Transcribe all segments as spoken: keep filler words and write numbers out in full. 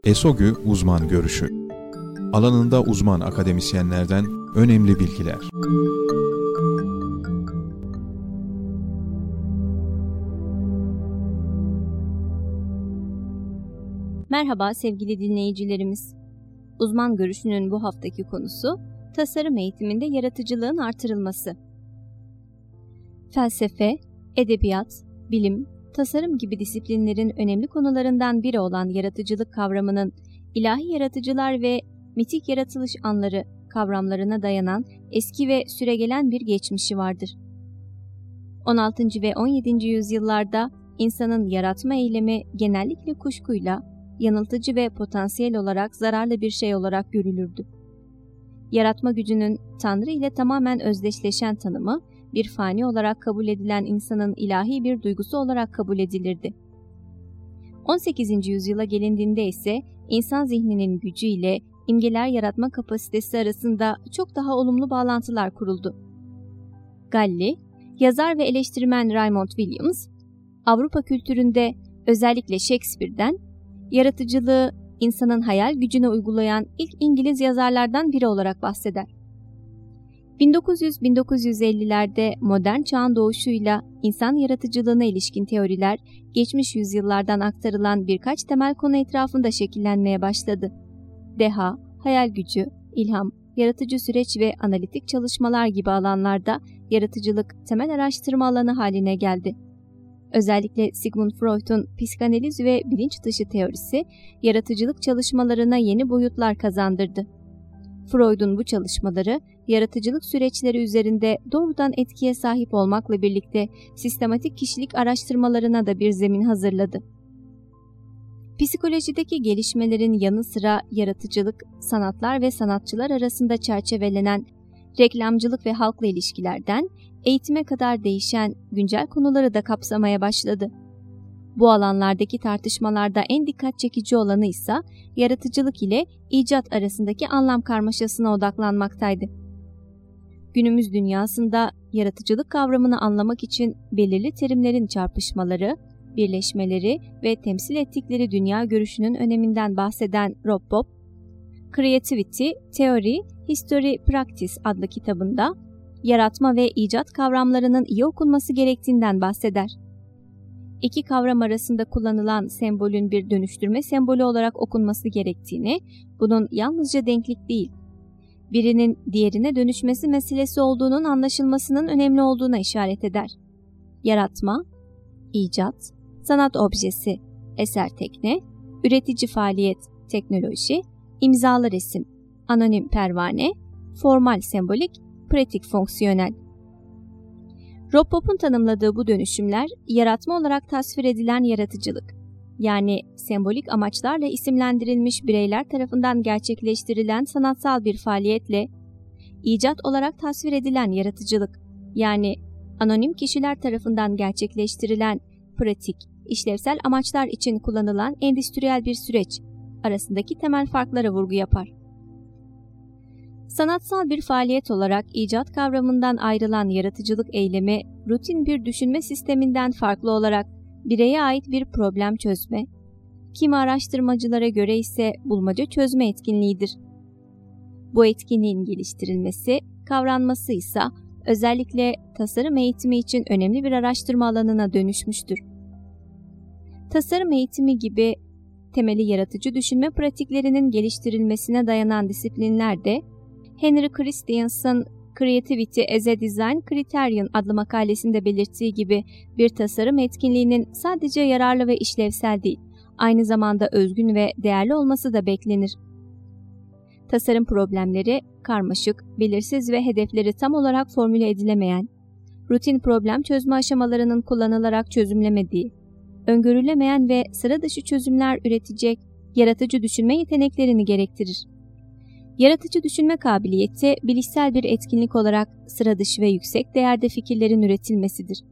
ESOGÜ Uzman Görüşü. Alanında uzman akademisyenlerden önemli bilgiler. Merhaba sevgili dinleyicilerimiz. Uzman Görüşü'nün bu haftaki konusu tasarım eğitiminde yaratıcılığın artırılması. Felsefe, edebiyat, bilim, tasarım gibi disiplinlerin önemli konularından biri olan yaratıcılık kavramının ilahi yaratıcılar ve mitik yaratılış anları kavramlarına dayanan eski ve süregelen bir geçmişi vardır. on altıncı ve on yedinci yüzyıllarda insanın yaratma eylemi genellikle kuşkuyla, yanıltıcı ve potansiyel olarak zararlı bir şey olarak görülürdü. Yaratma gücünün Tanrı ile tamamen özdeşleşen tanımı, bir fani olarak kabul edilen insanın ilahi bir duygusu olarak kabul edilirdi. on sekizinci yüzyıla gelindiğinde ise insan zihninin gücü ile imgeler yaratma kapasitesi arasında çok daha olumlu bağlantılar kuruldu. Galli, yazar ve eleştirmen Raymond Williams, Avrupa kültüründe özellikle Shakespeare'den yaratıcılığı insanın hayal gücüne uygulayan ilk İngiliz yazarlardan biri olarak bahseder. bin dokuz yüz - bin dokuz yüz ellilerde modern çağın doğuşuyla insan yaratıcılığına ilişkin teoriler, geçmiş yüzyıllardan aktarılan birkaç temel konu etrafında şekillenmeye başladı. Deha, hayal gücü, ilham, yaratıcı süreç ve analitik çalışmalar gibi alanlarda yaratıcılık temel araştırma alanı haline geldi. Özellikle Sigmund Freud'un psikanaliz ve bilinç dışı teorisi, yaratıcılık çalışmalarına yeni boyutlar kazandırdı. Freud'un bu çalışmaları, yaratıcılık süreçleri üzerinde doğrudan etkiye sahip olmakla birlikte sistematik kişilik araştırmalarına da bir zemin hazırladı. Psikolojideki gelişmelerin yanı sıra yaratıcılık, sanatlar ve sanatçılar arasında çerçevelenen reklamcılık ve halkla ilişkilerden eğitime kadar değişen güncel konuları da kapsamaya başladı. Bu alanlardaki tartışmalarda en dikkat çekici olanı ise yaratıcılık ile icat arasındaki anlam karmaşasına odaklanmaktaydı. Günümüz dünyasında yaratıcılık kavramını anlamak için belirli terimlerin çarpışmaları, birleşmeleri ve temsil ettikleri dünya görüşünün öneminden bahseden Rob Bob, Creativity, Theory, History, Practice adlı kitabında yaratma ve icat kavramlarının iyi okunması gerektiğinden bahseder. İki kavram arasında kullanılan sembolün bir dönüştürme sembolü olarak okunması gerektiğini, bunun yalnızca denklik değil, birinin diğerine dönüşmesi meselesi olduğunun anlaşılmasının önemli olduğuna işaret eder. Yaratma, icat, sanat objesi, eser tekne, üretici faaliyet, teknoloji, imzalı resim, anonim pervane, formal sembolik, pratik fonksiyonel. Rob Bobb'un tanımladığı bu dönüşümler, yaratma olarak tasvir edilen yaratıcılık, yani sembolik amaçlarla isimlendirilmiş bireyler tarafından gerçekleştirilen sanatsal bir faaliyetle, icat olarak tasvir edilen yaratıcılık, yani anonim kişiler tarafından gerçekleştirilen pratik, işlevsel amaçlar için kullanılan endüstriyel bir süreç arasındaki temel farklara vurgu yapar. Sanatsal bir faaliyet olarak icat kavramından ayrılan yaratıcılık eylemi, rutin bir düşünme sisteminden farklı olarak bireye ait bir problem çözme, kimi araştırmacılara göre ise bulmaca çözme etkinliğidir. Bu etkinliğin geliştirilmesi, kavranması ise özellikle tasarım eğitimi için önemli bir araştırma alanına dönüşmüştür. Tasarım eğitimi gibi temeli yaratıcı düşünme pratiklerinin geliştirilmesine dayanan disiplinlerde, Henry Christians'ın Creativity as a Design Criterion adlı makalesinde belirttiği gibi bir tasarım etkinliğinin sadece yararlı ve işlevsel değil, aynı zamanda özgün ve değerli olması da beklenir. Tasarım problemleri, karmaşık, belirsiz ve hedefleri tam olarak formüle edilemeyen, rutin problem çözme aşamalarının kullanılarak çözümlemediği, öngörülemeyen ve sıra dışı çözümler üretecek yaratıcı düşünme yeteneklerini gerektirir. Yaratıcı düşünme kabiliyeti, bilişsel bir etkinlik olarak sıra dışı ve yüksek değerde fikirlerin üretilmesidir.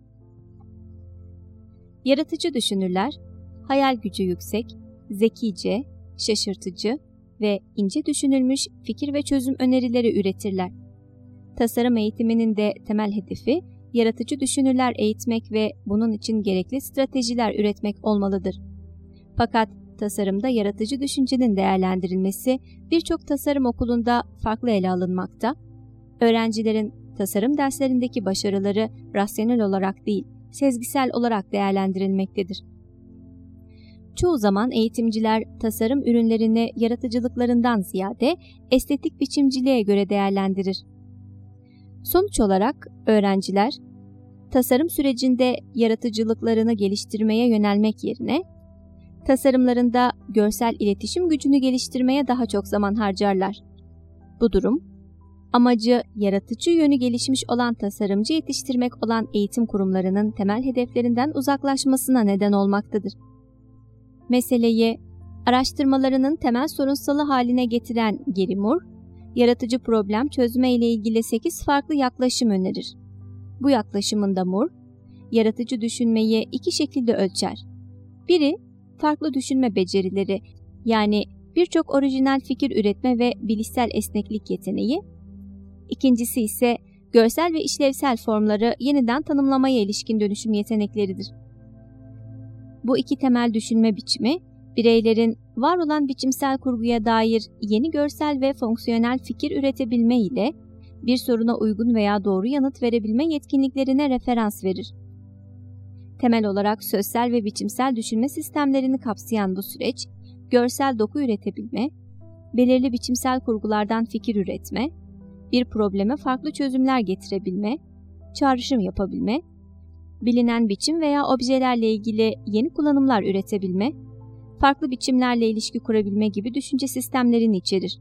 Yaratıcı düşünürler, hayal gücü yüksek, zekice, şaşırtıcı ve ince düşünülmüş fikir ve çözüm önerileri üretirler. Tasarım eğitiminin de temel hedefi, yaratıcı düşünürler eğitmek ve bunun için gerekli stratejiler üretmek olmalıdır. Fakat tasarımda yaratıcı düşüncenin değerlendirilmesi birçok tasarım okulunda farklı ele alınmakta. Öğrencilerin tasarım derslerindeki başarıları rasyonel olarak değil, sezgisel olarak değerlendirilmektedir. Çoğu zaman eğitimciler tasarım ürünlerini yaratıcılıklarından ziyade estetik biçimciliğe göre değerlendirir. Sonuç olarak öğrenciler tasarım sürecinde yaratıcılıklarını geliştirmeye yönelmek yerine tasarımlarında görsel iletişim gücünü geliştirmeye daha çok zaman harcarlar. Bu durum, amacı yaratıcı yönü gelişmiş olan tasarımcı yetiştirmek olan eğitim kurumlarının temel hedeflerinden uzaklaşmasına neden olmaktadır. Meseleyi araştırmalarının temel sorunsalı haline getiren Gary Moore, yaratıcı problem çözme ile ilgili sekiz farklı yaklaşım önerir. Bu yaklaşımında Moore, yaratıcı düşünmeyi iki şekilde ölçer. Biri, farklı düşünme becerileri, yani birçok orijinal fikir üretme ve bilişsel esneklik yeteneği. İkincisi ise görsel ve işlevsel formları yeniden tanımlamaya ilişkin dönüşüm yetenekleridir. Bu iki temel düşünme biçimi, bireylerin var olan biçimsel kurguya dair yeni görsel ve fonksiyonel fikir üretebilme ile bir soruna uygun veya doğru yanıt verebilme yetkinliklerine referans verir. Temel olarak sözsel ve biçimsel düşünme sistemlerini kapsayan bu süreç, görsel doku üretebilme, belirli biçimsel kurgulardan fikir üretme, bir probleme farklı çözümler getirebilme, çağrışım yapabilme, bilinen biçim veya objelerle ilgili yeni kullanımlar üretebilme, farklı biçimlerle ilişki kurabilme gibi düşünce sistemlerini içerir.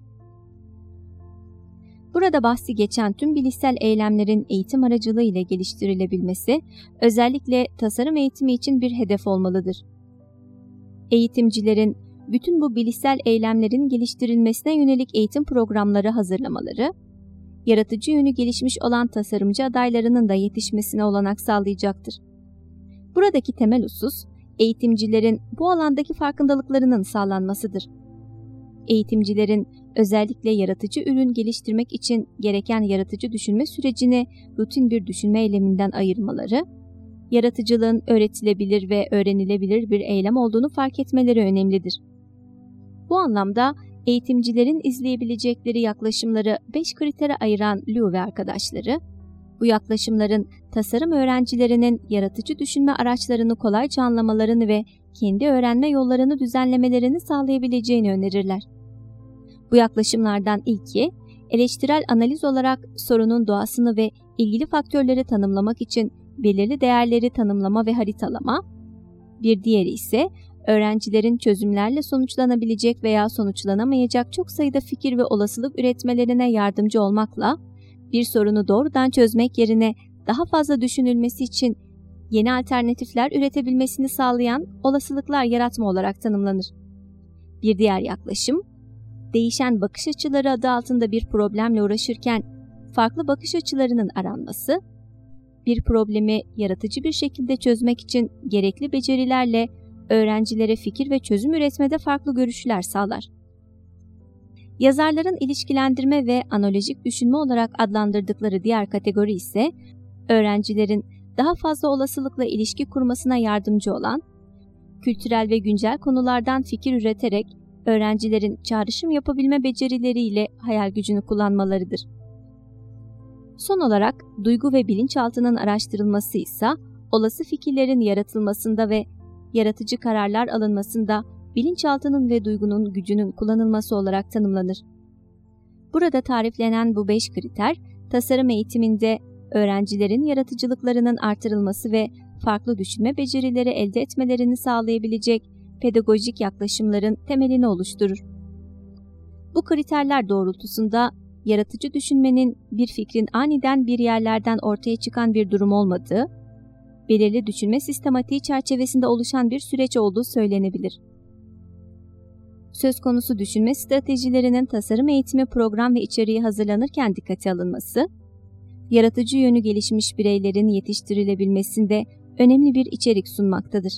Burada bahsi geçen tüm bilişsel eylemlerin eğitim aracılığı ile geliştirilebilmesi, özellikle tasarım eğitimi için bir hedef olmalıdır. Eğitimcilerin bütün bu bilişsel eylemlerin geliştirilmesine yönelik eğitim programları hazırlamaları, yaratıcı yönü gelişmiş olan tasarımcı adaylarının da yetişmesine olanak sağlayacaktır. Buradaki temel husus, eğitimcilerin bu alandaki farkındalıklarının sağlanmasıdır. Eğitimcilerin özellikle yaratıcı ürün geliştirmek için gereken yaratıcı düşünme sürecini rutin bir düşünme eyleminden ayırmaları, yaratıcılığın öğretilebilir ve öğrenilebilir bir eylem olduğunu fark etmeleri önemlidir. Bu anlamda eğitimcilerin izleyebilecekleri yaklaşımları beş kritere ayıran Liu ve arkadaşları, bu yaklaşımların tasarım öğrencilerinin yaratıcı düşünme araçlarını kolayca anlamalarını ve kendi öğrenme yollarını düzenlemelerini sağlayabileceğini önerirler. Bu yaklaşımlardan ilki, eleştirel analiz olarak sorunun doğasını ve ilgili faktörleri tanımlamak için belirli değerleri tanımlama ve haritalama, bir diğeri ise öğrencilerin çözümlerle sonuçlanabilecek veya sonuçlanamayacak çok sayıda fikir ve olasılık üretmelerine yardımcı olmakla, bir sorunu doğrudan çözmek yerine daha fazla düşünülmesi için yeni alternatifler üretebilmesini sağlayan olasılıklar yaratma olarak tanımlanır. Bir diğer yaklaşım, değişen bakış açıları adı altında bir problemle uğraşırken farklı bakış açılarının aranması, bir problemi yaratıcı bir şekilde çözmek için gerekli becerilerle öğrencilere fikir ve çözüm üretmede farklı görüşler sağlar. Yazarların ilişkilendirme ve analojik düşünme olarak adlandırdıkları diğer kategori ise öğrencilerin daha fazla olasılıkla ilişki kurmasına yardımcı olan, kültürel ve güncel konulardan fikir üreterek öğrencilerin çağrışım yapabilme becerileriyle hayal gücünü kullanmalarıdır. Son olarak duygu ve bilinçaltının araştırılması ise olası fikirlerin yaratılmasında ve yaratıcı kararlar alınmasında bilinçaltının ve duygunun gücünün kullanılması olarak tanımlanır. Burada tariflenen bu beş kriter, tasarım eğitiminde öğrencilerin yaratıcılıklarının artırılması ve farklı düşünme becerileri elde etmelerini sağlayabilecek pedagojik yaklaşımların temelini oluşturur. Bu kriterler doğrultusunda yaratıcı düşünmenin bir fikrin aniden bir yerlerden ortaya çıkan bir durum olmadığı, belirli düşünme sistematiği çerçevesinde oluşan bir süreç olduğu söylenebilir. Söz konusu düşünme stratejilerinin tasarım eğitimi program ve içeriği hazırlanırken dikkate alınması, yaratıcı yönü gelişmiş bireylerin yetiştirilebilmesinde önemli bir içerik sunmaktadır.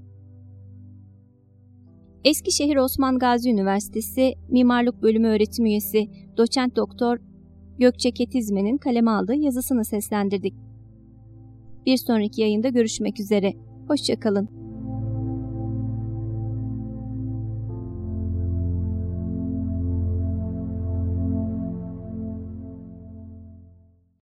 Eskişehir Osman Gazi Üniversitesi Mimarlık Bölümü öğretim üyesi Doçent Doktor Gökçe Ketizme'nin kaleme aldığı yazısını seslendirdik. Bir sonraki yayında görüşmek üzere. Hoşça kalın.